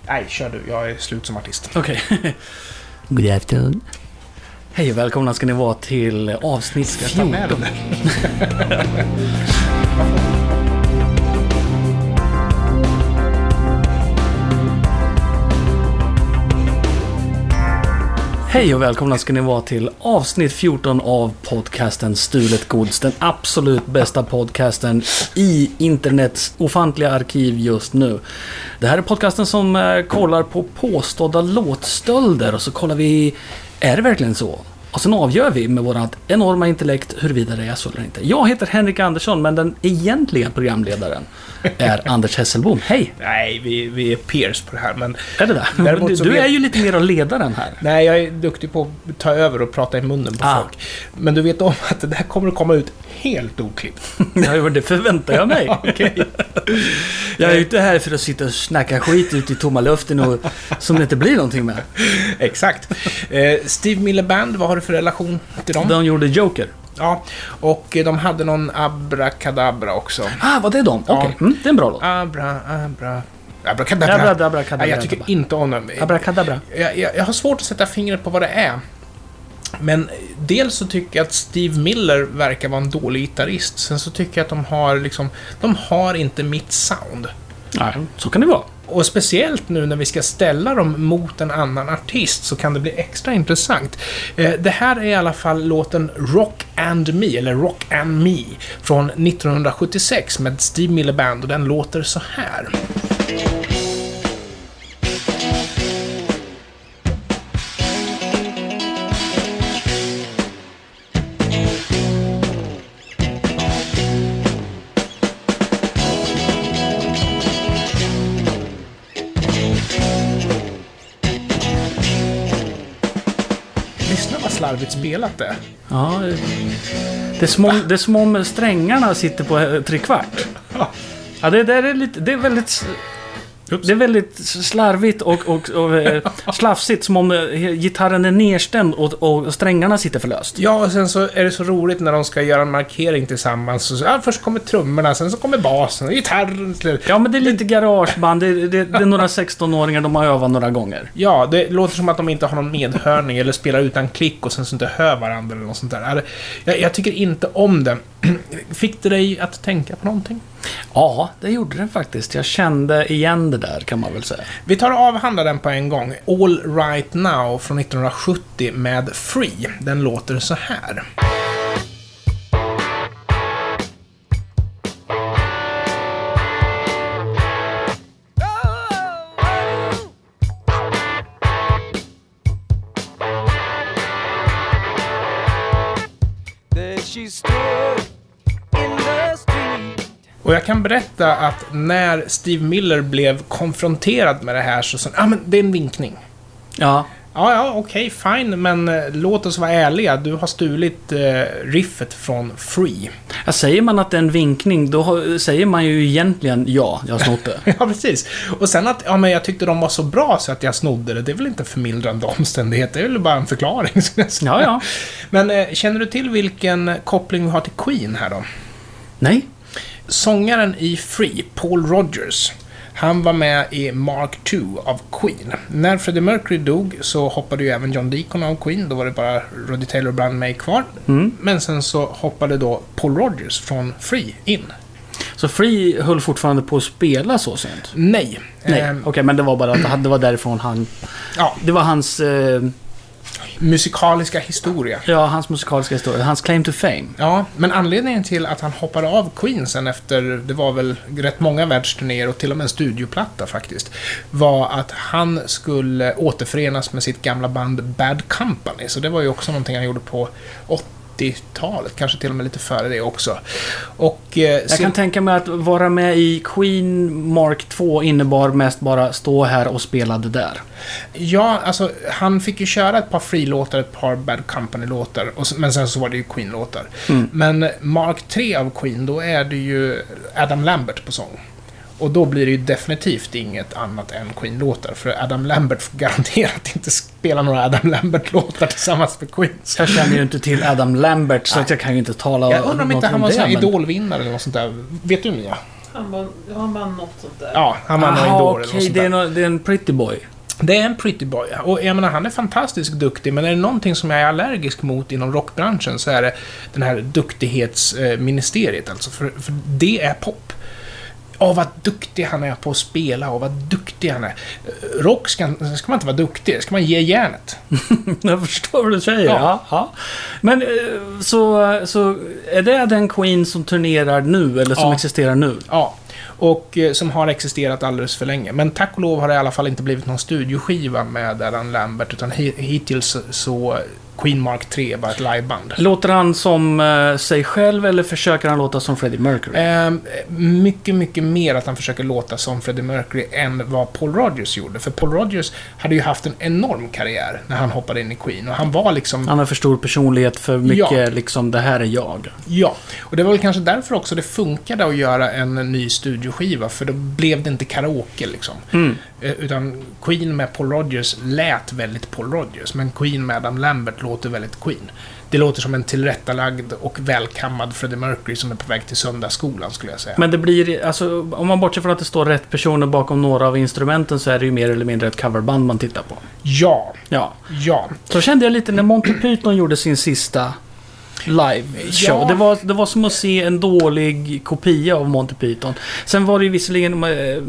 Nej, kör du. Jag är slut som artist. Okej. Good afternoon. Hej och välkomna ska ni vara till avsnitt 14. Hej och välkomna ska ni vara till avsnitt 14 av podcasten Stulet Gods. Den absolut bästa podcasten i internets ofantliga arkiv just nu. Det här är podcasten som kollar på påstådda låtstölder och så kollar vi, är det verkligen så? Och sen avgör vi med vårat enorma intellekt huruvida det är så eller inte. Jag heter Henrik Andersson, men den egentliga programledaren är Anders Hesselbom. Hej! Nej, vi är peers på det här, men... Är det där? Du är ju lite mer av ledaren här. Nej, jag är duktig på att ta över och prata i munnen på folk. Men du vet om att det här kommer att komma ut helt oklippt. Ja, det förväntar jag mig. Okay. Jag är inte här för att sitta och snacka skit ut i tomma luften och som det inte blir någonting med. Exakt. Steve Miller Band, vad har du för relation till dem? De gjorde Joker. Ja, och de hade någon Abracadabra också. Var det de? Okej, det är en bra låt. Abracadabra. Jag tycker inte om dem. Abracadabra. Jag har svårt att sätta fingret på vad det är. Men dels så tycker jag att Steve Miller verkar vara en dålig gitarrist. Sen så tycker jag att de har inte mitt sound. Nej, så kan det vara. Och speciellt nu när vi ska ställa dem mot en annan artist så kan det bli extra intressant. Det här är i alla fall låten Rock and Me, eller Rock and Me, från 1976 med Steve Miller Band, och den låter så här. Slarvigt spelat det. Ja, det är som om strängarna sitter på trekvart. Ja, det är väldigt slarvigt och slafsigt, som om gitarren är nerständ och strängarna sitter förlöst. Ja, och sen så är det så roligt när de ska göra en markering tillsammans. Så, först kommer trummorna, sen så kommer basen och gitarren. Ja, men det är lite garageband. Det är några 16-åringar, de har övat några gånger. Ja, det låter som att de inte har någon medhörning eller spelar utan klick och sen så inte hör varandra eller något sånt där. Jag tycker inte om det. Fick det dig att tänka på någonting? Ja, det gjorde den faktiskt. Jag kände igen det där, kan man väl säga. Vi tar och avhandlar den på en gång. All Right Now från 1970 med Free. Den låter så här. Och jag kan berätta att när Steve Miller blev konfronterad med det här så sa men det är en vinkning. Ja. Ja, okej, fine, men låt oss vara ärliga. Du har stulit riffet från Free. Ja, säger man att det är en vinkning, då säger man ju egentligen jag snott det. Ja, precis. Och sen att men jag tyckte de var så bra så att jag snodde det. Det är väl inte förmildrande omständighet. Det är väl bara en förklaring. Ja. Men känner du till vilken koppling vi har till Queen här då? Nej. Sångaren i Free, Paul Rodgers, han var med i Mark II av Queen. När Freddie Mercury dog så hoppade ju även John Deacon av Queen. Då var det bara Roddy Taylor och Brian May kvar. Men sen så hoppade då Paul Rodgers från Free in. Så Free höll fortfarande på att spela så sent? Nej. Okej, men det var bara att det var därifrån han... Ja. Det var hans... musikaliska historia. Ja, hans musikaliska historia. Hans claim to fame. Ja, men anledningen till att han hoppade av Queen sen efter, det var väl rätt många världsturnéer och till och med en studioplatta faktiskt, var att han skulle återförenas med sitt gamla band Bad Company. Så det var ju också någonting han gjorde på 80-talet, kanske till och med lite före det också. Och, jag kan tänka mig att vara med i Queen Mark II innebar mest bara stå här och spela det där. Ja, alltså han fick ju köra ett par Free-låtar, ett par Bad Company-låtar, men sen så var det ju Queen-låtar. Men Mark III av Queen, då är det ju Adam Lambert på sång. Och då blir det ju definitivt inget annat än Queen-låtar. För Adam Lambert får garanterat inte spela några Adam Lambert-låtar tillsammans med Queen. Jag känner ju inte till Adam Lambert så att jag kan ju inte tala om det. Jag undrar om inte han var en idolvinnare eller något sånt där. Vet du, Mia? Han vann något sånt där. Ja, han vann några Idol eller något sånt där. Det är en pretty boy. Det är en pretty boy. Och jag menar, han är fantastiskt duktig, men är det någonting som jag är allergisk mot inom rockbranschen så är det den här duktighetsministeriet. Alltså, för det är pop. Vad duktig han är på att spela och vad duktig han är. Rock ska man inte vara duktig, det ska man ge järnet. Jag förstår vad du säger. Ja. Men så är det den Queen som turnerar nu eller som existerar nu? Ja. Och som har existerat alldeles för länge. Men tack och lov har det i alla fall inte blivit någon studioskiva med Adam Lambert, utan hittills så Queen Mark 3 var ett liveband. Låter han som sig själv eller försöker han låta som Freddie Mercury? Mycket, mycket mer att han försöker låta som Freddie Mercury än vad Paul Rodgers gjorde. För Paul Rodgers hade ju haft en enorm karriär när han hoppade in i Queen. Och han var liksom... Han har för stor personlighet, för mycket liksom, det här är jag. Ja, och det var väl kanske därför också det funkade att göra en ny studioskiva. För då blev det inte karaoke liksom. Utan Queen med Paul Rodgers lät väldigt Paul Rodgers. Men Queen med Adam Lambert låter väldigt Queen. Det låter som en tillrättalagd och välkammad Freddie Mercury som är på väg till söndagsskolan, skulle jag säga. Men det blir, alltså, om man bortser från att det står rätt personer bakom några av instrumenten, så är det ju mer eller mindre ett coverband man tittar på. Ja. Så kände jag lite när Monty Python gjorde sin sista live-show. Ja. Det var som att se en dålig kopia av Monty Python. Sen var det ju visserligen...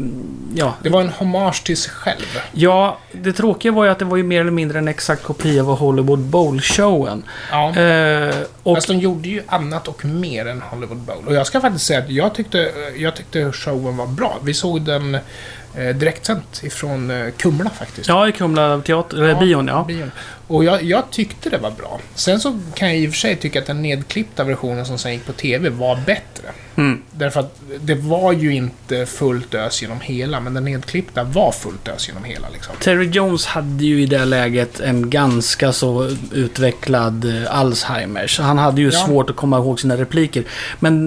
Det var en hommage till sig själv. Ja, det tråkiga var ju att det var ju mer eller mindre en exakt kopia av Hollywood Bowl-showen. Ja. Och Fast de gjorde ju annat och mer än Hollywood Bowl. Och jag ska faktiskt säga att jag tyckte showen var bra. Vi såg den direktsänt ifrån Kumla faktiskt. Ja, i Kumla teater, bion, ja. Bion. Och jag tyckte det var bra. Sen så kan jag i och för sig tycka att den nedklippta versionen som sen gick på tv var bättre. Därför att det var ju inte fullt ös genom hela, men den nedklippta var fullt ös genom hela liksom. Terry Jones hade ju i det läget en ganska så utvecklad Alzheimers. Han hade ju svårt att komma ihåg sina repliker. Men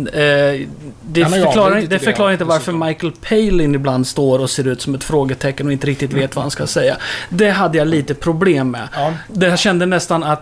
det förklarar inte varför Michael Palin ibland står och ser ut som ett frågetecken och inte riktigt vet vad han ska säga. Det hade jag lite problem med. Ja. Jag kände nästan att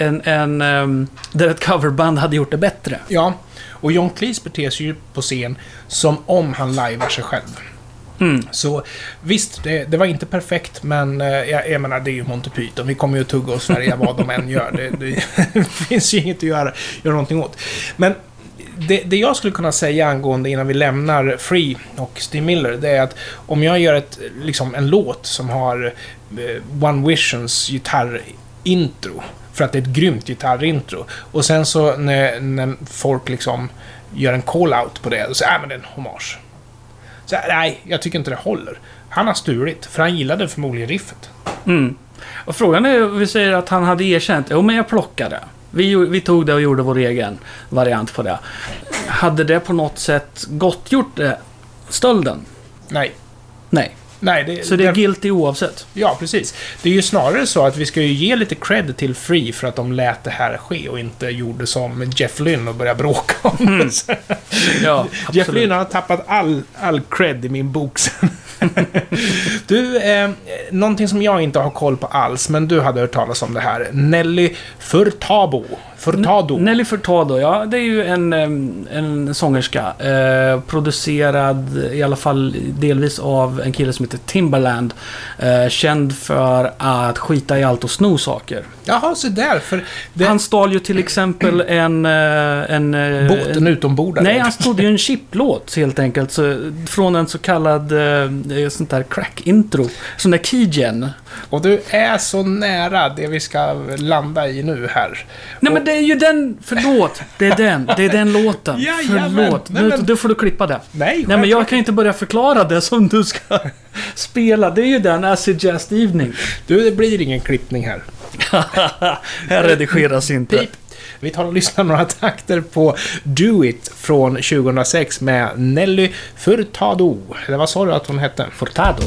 där ett coverband hade gjort det bättre. Ja, och John Cleese beter sig ju på scen som om han livear sig själv. Så visst, det var inte perfekt, men jag menar, det är ju Monty Python. Vi kommer ju att tugga och svärja vad de än gör. Det finns ju inget att göra någonting åt. Men det jag skulle kunna säga angående innan vi lämnar Free och Steve Miller, det är att om jag gör en låt som har One Visions gitarrintro, för att det är ett grymt gitarrintro, och sen så när folk liksom gör en call-out på det, och så men det är en hommage. Så nej, jag tycker inte det håller. Han har stulit, för han gillade förmodligen riffet. Och frågan är, vi säger att han hade erkänt, men jag plockade. Vi tog det och gjorde vår egen variant på det. Hade det på något sätt gottgjort stölden? Nej. Så det är guilty oavsett? Ja, precis. Det är ju snarare så att vi ska ju ge lite cred till Free för att de lät det här ske och inte gjorde som Jeff Lynne och började bråka om det. Ja, Jeff Lynne har tappat all cred i min bok sen. Du, någonting som jag inte har koll på alls, men du hade hört talas om det här. Nelly Furtado. Nelly Furtado, ja, det är ju en sångerska. Producerad i alla fall delvis av en kille som heter Timbaland. Känd för att skita i allt och sno saker. Jaha, så därför. Han stal ju till exempel en båten utombordare. Nej, han stod ju en chiplåt helt enkelt. Så, från en så kallad sånt där crack-intro. Sån där keygen. Och du är så nära det vi ska landa i nu här. Nej, men det är ju den... Förlåt. Det är den låten. Förlåt. Nu får du klippa det. Nej, men jag kan inte börja förklara det som du ska spela. Det är ju den Acid Jazz Evening. Du, det blir ingen klippning här. Här redigeras inte. Pip. Vi tar och lyssnar några takter på Do It från 2006 med Nelly Furtado. Eller vad sa du att hon hette? Furtado.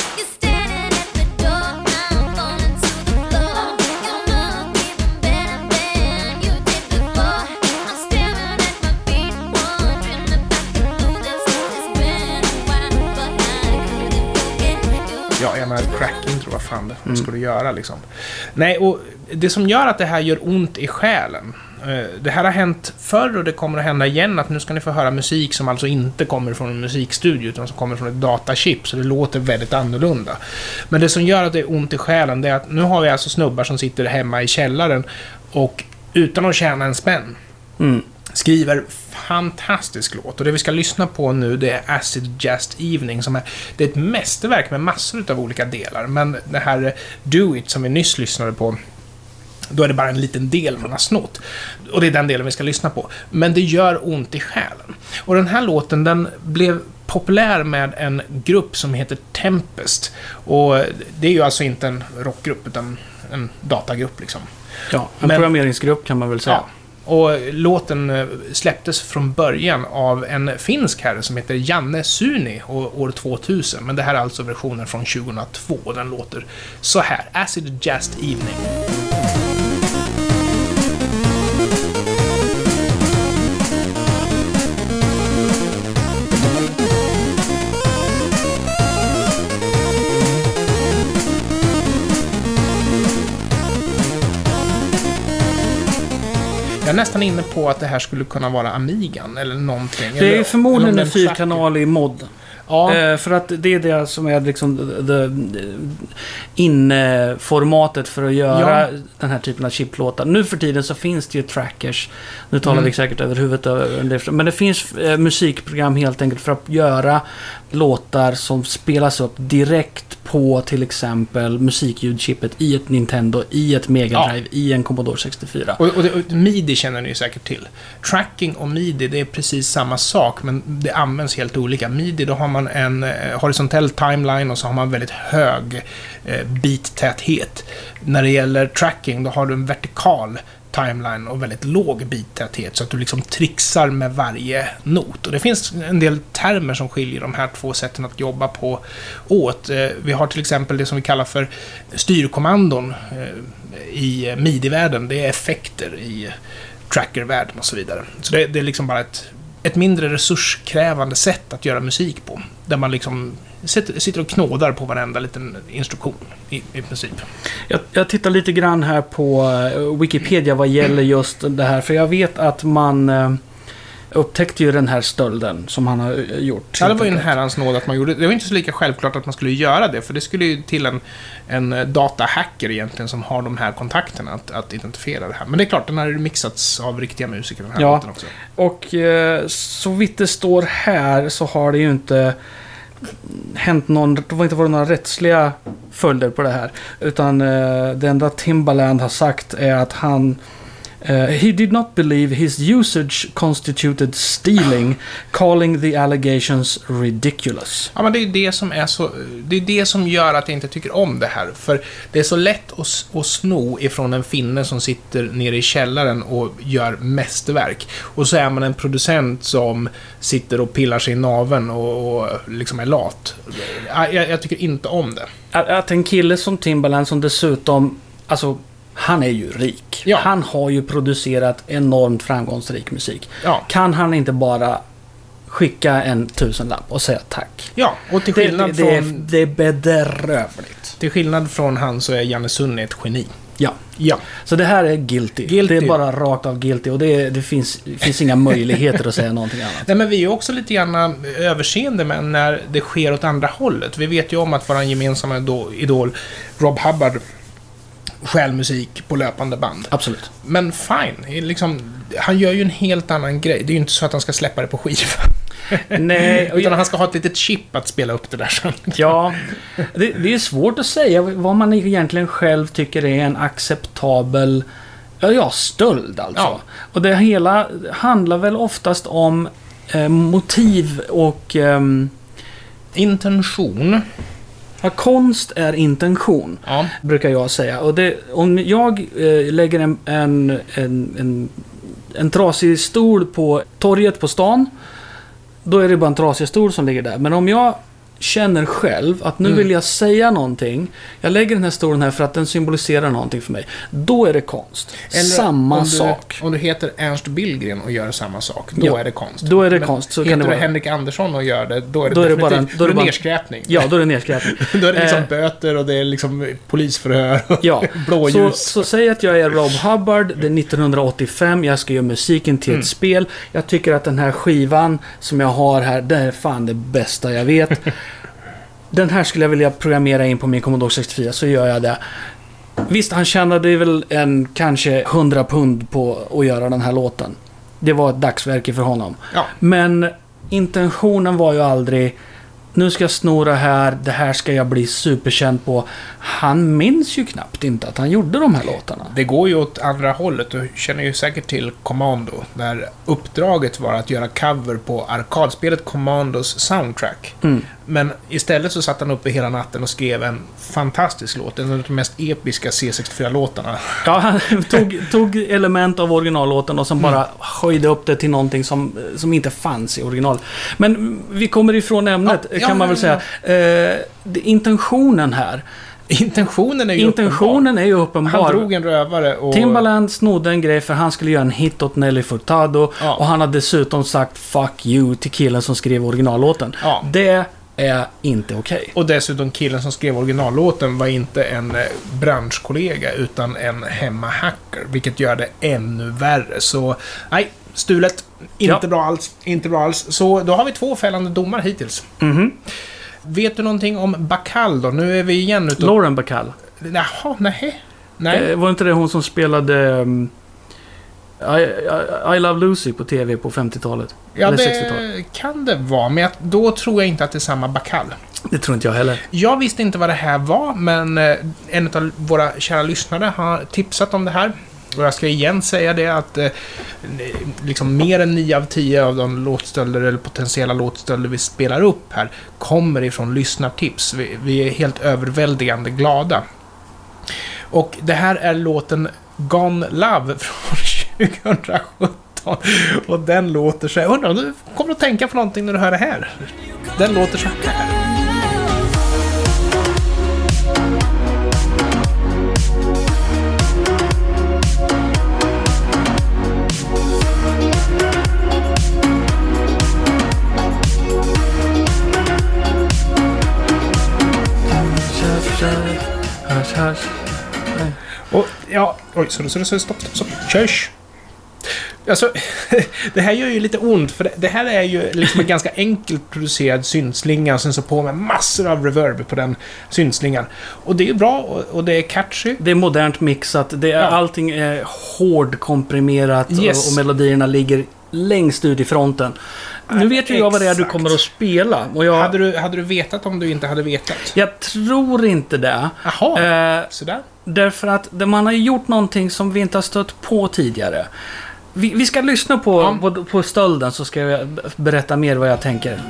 Ja, jag menar crack-intro, vad fan det ska du göra liksom. Nej, och det som gör att det här gör ont i själen, Det här har hänt förr och det kommer att hända igen, att nu ska ni få höra musik som alltså inte kommer från en musikstudio utan som kommer från ett datachip, så det låter väldigt annorlunda. Men det som gör att det är ont i själen, det är att nu har vi alltså snubbar som sitter hemma i källaren och utan att tjäna en spänn skriver fantastisk låt. Och det vi ska lyssna på nu, det är Acid Just Evening, som det är ett mästerverk med massor av olika delar. Men det här Do It som vi nyss lyssnade på, då är det bara en liten del man har snott. Och det är den delen vi ska lyssna på. Men det gör ont i själen. Och den här låten, den blev populär med en grupp som heter Tempest. Och det är ju alltså inte en rockgrupp utan en datagrupp liksom. Ja, en programmeringsgrupp kan man väl säga. Ja. Och låten släpptes från början av en finsk herre som heter Janne Suni år 2000. Men det här är alltså versionen från 2002. Den låter så här. Acid Just Evening. Jag är nästan inne på att det här skulle kunna vara Amigan eller någonting. Det är förmodligen en 4-kanalig mod. Ja. För att det är det som är liksom formatet för att göra den här typen av chiplåtar. Nu för tiden så finns det ju trackers. Nu talar vi säkert över huvudet. Men det finns musikprogram helt enkelt för att göra låtar som spelas upp direkt på till exempel musikljudchippet i ett Nintendo, i ett Mega Drive, i en Commodore 64. Och MIDI känner ni ju säkert till. Tracking och MIDI, det är precis samma sak, men det används helt olika. MIDI, då har man en horisontell timeline och så har man väldigt hög beat-täthet. När det gäller tracking, då har du en vertikal timeline och väldigt låg beat-täthet, så att du liksom trixar med varje not. Och det finns en del termer som skiljer de här två sätten att jobba på åt. Vi har till exempel det som vi kallar för styrkommandon i MIDI-världen. Det är effekter i tracker-världen och så vidare. Så det är liksom bara ett mindre resurskrävande sätt att göra musik på. Där man liksom sitter och knådar på varenda liten instruktion i princip. Jag tittar lite grann här på Wikipedia vad gäller just det här. För jag vet att man upptäckte ju den här stölden som han har gjort. Ja, det var ju en herrans nåd att man gjorde. Det var inte så lika självklart att man skulle göra det. För det skulle ju till en datahacker egentligen som har de här kontakterna att identifiera det här. Men det är klart, den har mixats av riktiga musiker, den här låten också. Och så vitt det står här så har det ju inte hänt det har inte varit några rättsliga följder på det här, utan det enda Timbaland har sagt är att han he did not believe his usage constituted stealing, calling the allegations ridiculous. Ja, men det är det som är så, det är det som gör att jag inte tycker om det här, för det är så lätt att sno ifrån en finne som sitter nere i källaren och gör mästerverk, och så är man en producent som sitter och pillar sig i naveln och liksom är lat. Jag tycker inte om det. Att en kille som Timbaland som dessutom, alltså han är ju rik. Ja. Han har ju producerat enormt framgångsrik musik. Ja. Kan han inte bara skicka en 1000-lapp och säga tack? Ja, och till skillnad från... Det är bedrövligt. Till skillnad från han så är Janne Sunne ett geni. Ja. Ja. Så det här är guilty. Det är bara rakt av guilty. Och det finns inga möjligheter att säga någonting annat. Nej, men vi är ju också lite grann överseende med när det sker åt andra hållet. Vi vet ju om att vår gemensamma idol Rob Hubbard stjäl musik på löpande band. Absolut. Men fine, liksom, han gör ju en helt annan grej. Det är ju inte så att han ska släppa det på skiva. Nej. Utan han ska ha ett litet chip att spela upp det där sen. Ja, det är svårt att säga vad man egentligen själv tycker är en acceptabel stöld alltså. Ja. Och det hela handlar väl oftast om motiv och intention. Ja, konst är intention, brukar jag säga. Och om jag lägger en trasig stol på torget på stan, då är det bara en trasig stol som ligger där. Men om jag känner själv att nu vill jag säga någonting. Jag lägger den här stolen här för att den symboliserar någonting för mig. Då är det konst. Eller samma sak. Om du heter Ernst Billgren och gör samma sak, då är det konst. Då är det konst. Så heter kan det du vara. Henrik Andersson och gör det, då är det Då är det definitivt bara nedskräpning. Ja, då är det nedskräpning. Då är det liksom böter och det är liksom polisförhör och Ja, blåljus. så säg att jag är Rob Hubbard, det är 1985, jag ska göra musiken till ett spel. Jag tycker att den här skivan som jag har här, det är fan det bästa jag vet. Den här skulle jag vilja programmera in på min Commodore 64, så gör jag det. Visst, han tjänade väl kanske 100 pund på att göra den här låten. Det var ett dagsverke för honom. Ja. Men intentionen var ju aldrig, nu ska jag snora här, det här ska jag bli superkänd på. Han minns ju knappt inte att han gjorde de här låtarna. Det går ju åt andra hållet. Du känner ju säkert till Commando, där uppdraget var att göra cover på arkadspelet Commandos soundtrack. Men istället så satt han uppe hela natten och skrev en fantastisk låt, en av de mest episka C64-låtarna. Ja, han tog element av originallåten och sen bara höjde upp det till någonting som inte fanns i original. Men vi kommer ifrån ämnet, kan man väl säga. Intentionen här. Intentionen är ju uppenbar. Han drog en rövare och... Timbaland snodde en grej för han skulle göra en hit åt Nelly Furtado. Ja. Och han hade dessutom sagt fuck you till killen som skrev originallåten. Ja. Det är inte okej. Och dessutom killen som skrev originallåten var inte en branschkollega utan en hemmahacker, vilket gör det ännu värre. Så nej, stulet. Inte bra alls. Så då har vi 2 fällande domar hittills. Vet du någonting om Bacall då? Nu är vi igen ute. Lauren Bacall. Jaha, nej. Var inte det hon som spelade I Love Lucy på tv på 50-talet? Ja, eller det 60-talet? kan det vara. Men då tror jag inte att det är samma Bacall. Det tror inte jag heller. Jag visste inte vad det här var, men en av våra kära lyssnare har tipsat om det här. Och jag ska igen säga det att liksom mer än 9 av 10 av de låtstölder eller potentiella låtstölder vi spelar upp här kommer ifrån lyssnartips. Vi är helt överväldigande glada. Och det här är låten Gone Love från 2017. Och den låter så här. Undrar om du kommer att tänka på någonting när du hör det här. Den låter så här. Och ja, stopp. Körs. Alltså, det här gör ju lite ont, för det här är ju liksom en ganska enkelt producerad syntslinga och sen så på med massor av reverb på den syntslingan. Och det är bra och det är catchy. Det är modernt mixat, allting är hårdkomprimerat Yes. och melodierna ligger längst ut i fronten. Nu vet ju jag vad det är du kommer att spela. Och Hade du vetat om du inte hade vetat? Jag tror inte det. Jaha, sådär. Därför att man har gjort någonting som vi inte har stött på tidigare. Vi ska lyssna på stölden, så ska jag berätta mer vad jag tänker.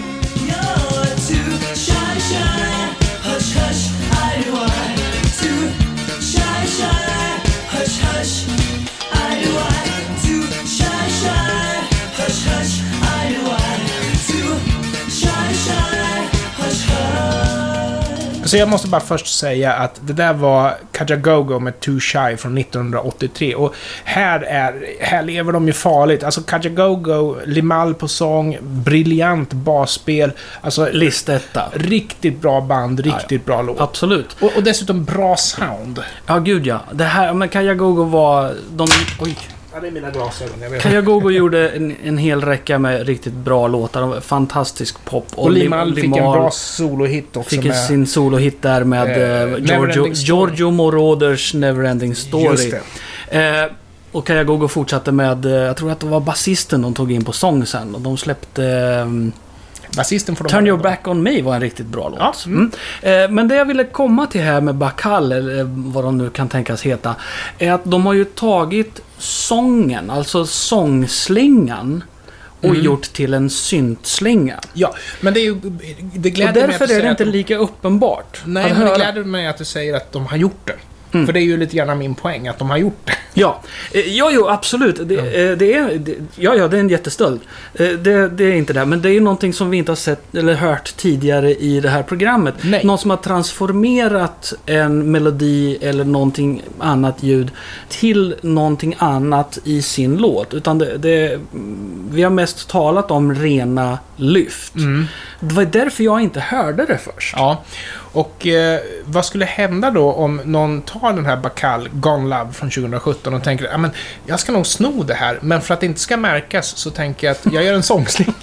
Så jag måste bara först säga att det där var Kajagogo med Too Shy från 1983. Och här lever de ju farligt. Alltså Kajagogo, Limahl på sång, briljant basspel. Alltså Listetta. Riktigt bra band, riktigt bra låt. Absolut. Och dessutom bra sound. Ja, gud ja. Det här, men Kajagogo var... Oj. Ja, det är mina glasögon, jag vet. Kajagogo gjorde en hel räcka med riktigt bra låtar. Fantastisk pop. Och Limahl fick en bra solohit också. Fick sin solohit där med Giorgio Moroders Neverending Story. Just det. Och Kajagogo fortsatte med, jag tror att det var basisten de tog in på sång sen. Och de släppte... Basisten får de Turn Your Back On Me var en riktigt bra låt. Ja. Men det jag ville komma till här med Bacall, eller vad de nu kan tänkas heta, är att de har ju tagit sången, alltså sångslingan, och gjort till en syntslinga. Ja, men det är ju... Det gläder och därför mig att är det inte lika uppenbart. Nej, men det gläder mig att du säger att de har gjort det. För det är ju lite grann min poäng, att de har gjort det. Ja, jo, absolut. Det är en jättestöld. Det är inte det. Men det är ju någonting som vi inte har sett eller hört tidigare i det här programmet. Nej. Någon som har transformerat en melodi eller någonting annat ljud till någonting annat i sin låt. Utan vi har mest talat om rena lyft. Det var därför jag inte hörde det först. Ja, och vad skulle hända då om någon tar den här Bacal Gone Love från 2017 och tänker, ja men jag ska nog sno det här, men för att det inte ska märkas så tänker jag att jag gör en sångsling.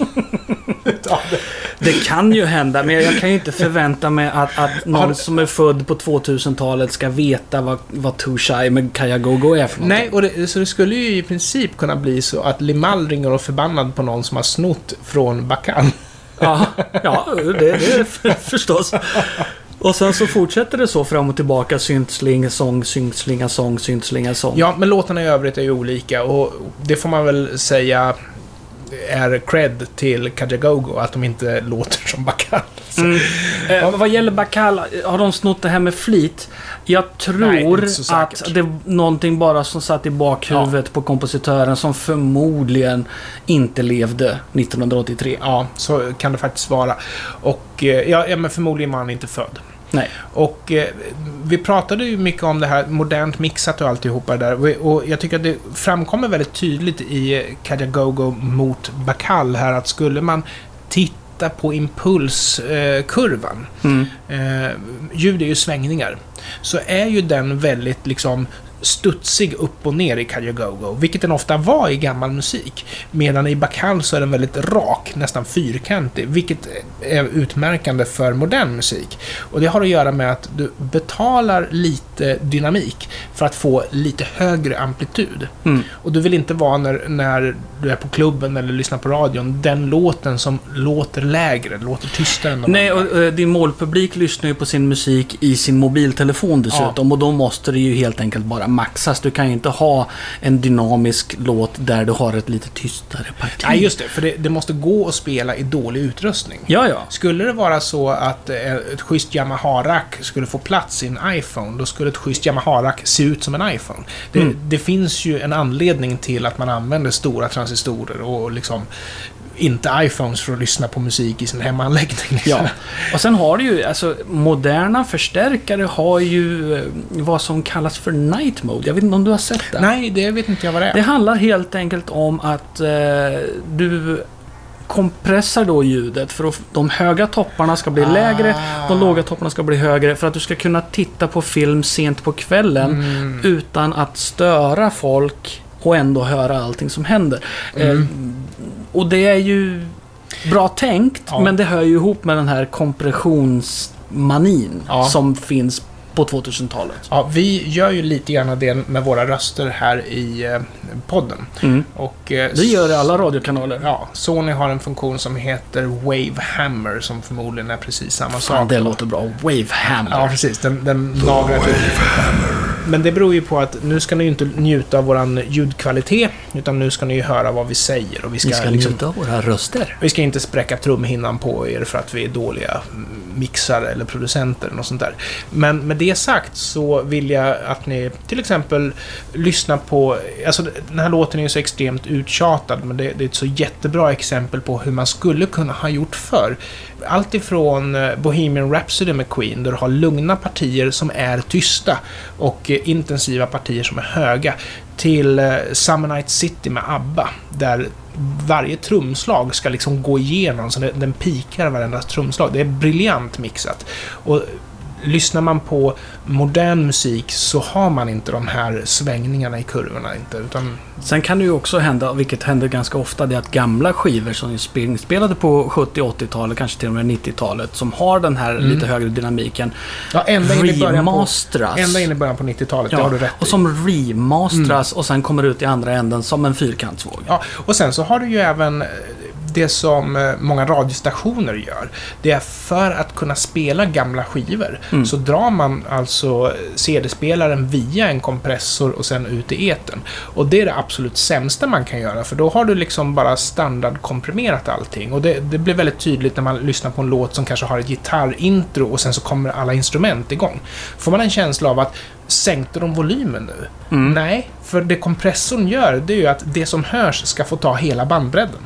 Det kan ju hända, men jag kan ju inte förvänta mig att någon som är född på 2000-talet ska veta vad Too Shy med Kaja Gogo är för någonting. Nej, så det skulle ju i princip kunna bli så att Limahl ringer och förbannad på någon som har snott från Bacal. Ja, det är förstås. Och sen så fortsätter det så fram och tillbaka, syntslinga sång, syntslinga sång, syntslinga sång. Ja, men låtarna i övrigt är ju olika och det får man väl säga är cred till Kajagogo att de inte låter som Bacal. Vad gäller Bacal, har de snott det här med flit? Jag tror att det är någonting bara som satt i bakhuvudet på kompositören som förmodligen inte levde 1983. Ja, så kan det faktiskt vara. Och men förmodligen var han inte född. Nej. Och vi pratade ju mycket om det här modernt mixat och alltihopa där. Och jag tycker att det framkommer väldigt tydligt i Kajagogo mot Bacal här att skulle man titta på impulskurvan, ljud är ju svängningar, så är ju den väldigt liksom studsig upp och ner i Kajagogo, vilket den ofta var i gammal musik. Medan i Bacal så är den väldigt rak, nästan fyrkantig, vilket är utmärkande för modern musik. Och det har att göra med att du betalar lite dynamik för att få lite högre amplitud. Och du vill inte vara när du är på klubben eller lyssnar på radion, den låten som låter lägre, låter tystare än de Nej, och din målpublik lyssnar ju på sin musik i sin mobiltelefon dessutom, och då måste det ju helt enkelt bara maxas. Du kan ju inte ha en dynamisk låt där du har ett lite tystare parti. Nej, just det. För det måste gå att spela i dålig utrustning. Ja. Skulle det vara så att ett schysst Yamaha-rack skulle få plats i en iPhone, då skulle ett schysst Yamaha-rack se ut som en iPhone. Det finns ju en anledning till att man använder stora transistorer och liksom inte iPhones för att lyssna på musik i sin hemanläggning. Ja. Och sen har du ju, alltså moderna förstärkare har ju vad som kallas för night mode. Jag vet inte om du har sett det? Nej, det vet inte jag vad det är. Det handlar helt enkelt om att du kompressar då ljudet för att de höga topparna ska bli lägre, de låga topparna ska bli högre, för att du ska kunna titta på film sent på kvällen utan att störa folk och ändå höra allting som händer. Och det är ju bra tänkt, men det hör ju ihop med den här kompressionsmanin som finns på 2000-talet. Ja, vi gör ju lite grann det med våra röster här i podden. Och, det gör alla radiokanaler. Ja, Sony har en funktion som heter Wavehammer som förmodligen är precis samma sak. Det låter bra. Wavehammer. Ja, precis. Den lagrar till. Men det beror ju på att nu ska ni ju inte njuta av våran ljudkvalitet, utan nu ska ni ju höra vad vi säger. Och vi ska njuta av våra röster. Vi ska inte spräcka trumhinnan på er för att vi är dåliga mixare eller producenter eller något sånt där. Men med det sagt så vill jag att ni till exempel lyssnar på, alltså den här låten är ju så extremt uttjatad, men det är ett så jättebra exempel på hur man skulle kunna ha gjort förr. Allt ifrån Bohemian Rhapsody med Queen, där du har lugna partier som är tysta och intensiva partier som är höga, till Summer Night City med ABBA, där varje trumslag ska liksom gå igenom så den pikar varenda trumslag. Det är briljant mixat. Och lyssnar man på modern musik så har man inte de här svängningarna i kurvorna inte, utan... Sen kan det ju också hända, vilket händer ganska ofta, det är att gamla skivor som spelade på 70-80-talet, kanske till och med 90-talet, som har den här lite högre dynamiken, remastras. Ända in i början på 90-talet, det har du rätt och som remastras och sen kommer ut i andra änden som en fyrkantsvåg. Ja, och sen så har du ju även det som många radiostationer gör, det är för att kunna spela gamla skivor så drar man alltså CD-spelaren via en kompressor och sen ut i etern. Och det är det absolut sämsta man kan göra, för då har du liksom bara standardkomprimerat allting. Och det blir väldigt tydligt när man lyssnar på en låt som kanske har ett gitarrintro och sen så kommer alla instrument igång. Får man en känsla av att sänkte de volymen nu? Nej, för det kompressorn gör, det är ju att det som hörs ska få ta hela bandbredden.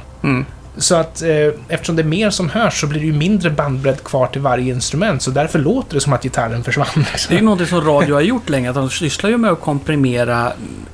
Så att eftersom det är mer som hörs så blir det ju mindre bandbredd kvar till varje instrument, så därför låter det som att gitarren försvann. Liksom. Det är ju något som radio har gjort länge, att de sysslar ju med att komprimera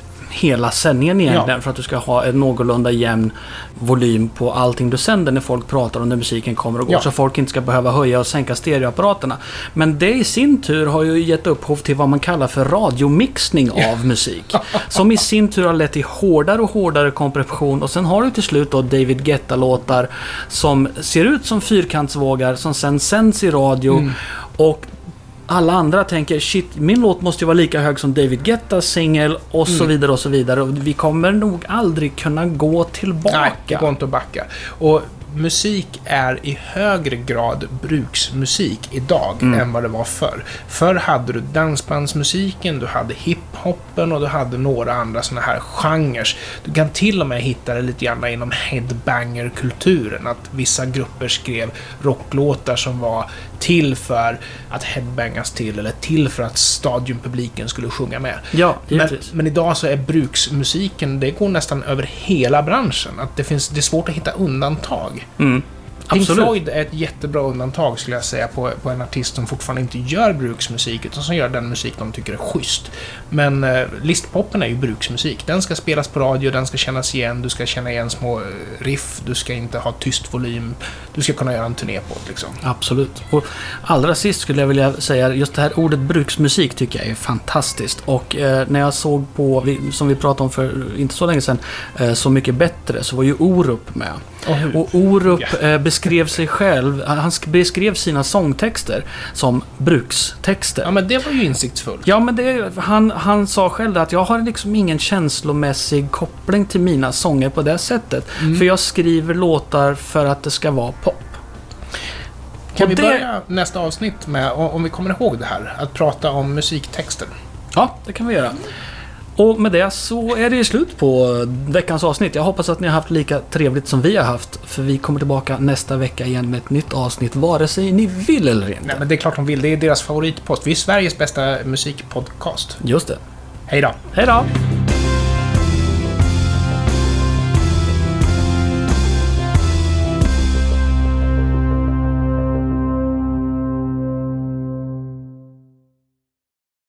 hela sändningen egentligen för att du ska ha en någorlunda jämn volym på allting du sänder när folk pratar och när musiken kommer och går, så folk inte ska behöva höja och sänka stereoapparaterna. Men det i sin tur har ju gett upphov till vad man kallar för radiomixning av musik, som i sin tur har lett till hårdare och hårdare kompression, och sen har du till slut då David Guetta-låtar som ser ut som fyrkantsvågar som sen sänds i radio och alla andra tänker, shit, min låt måste ju vara lika hög som David Guettas singel och så vidare och så vidare. Och vi kommer nog aldrig kunna gå tillbaka. Nej, det går inte att backa. Och musik är i högre grad bruksmusik idag än vad det var förr. Förr hade du dansbandsmusiken, du hade hiphoppen och du hade några andra såna här genrer. Du kan till och med hitta det lite grann inom headbanger-kulturen, att vissa grupper skrev rocklåtar som var till för att headbangas till, eller till för att stadionpubliken skulle sjunga med. Ja, men idag så är bruksmusiken, det går nästan över hela branschen. Att det är svårt att hitta undantag. Pink Floyd är ett jättebra undantag, skulle jag säga, på en artist som fortfarande inte gör bruksmusik utan som gör den musik de tycker är schysst. Men listpoppen är ju bruksmusik. Den ska spelas på radio, den ska kännas igen, du ska känna igen små riff, du ska inte ha tyst volym, du ska kunna göra en turné på det liksom. Absolut. Och allra sist skulle jag vilja säga, just det här ordet bruksmusik tycker jag är fantastiskt. Och när jag såg på, som vi pratade om för inte så länge sedan, Så mycket bättre, så var ju Orup med. Och Orup beskrev sig själv, han beskrev sina sångtexter som brukstexter. Ja, men det var ju insiktsfullt. Ja, men han sa själv att jag har liksom ingen känslomässig koppling till mina sånger på det sättet. För jag skriver låtar för att det ska vara pop. Kan vi börja nästa avsnitt med, om vi kommer ihåg det här, att prata om musiktexter? Ja, det kan vi göra. Och med det så är det slut på veckans avsnitt. Jag hoppas att ni har haft lika trevligt som vi har haft. För vi kommer tillbaka nästa vecka igen med ett nytt avsnitt, vare sig ni vill eller inte. Nej, men det är klart de vill. Det är deras favoritpost. Vi är Sveriges bästa musikpodcast. Just det. Hej då. Hej då.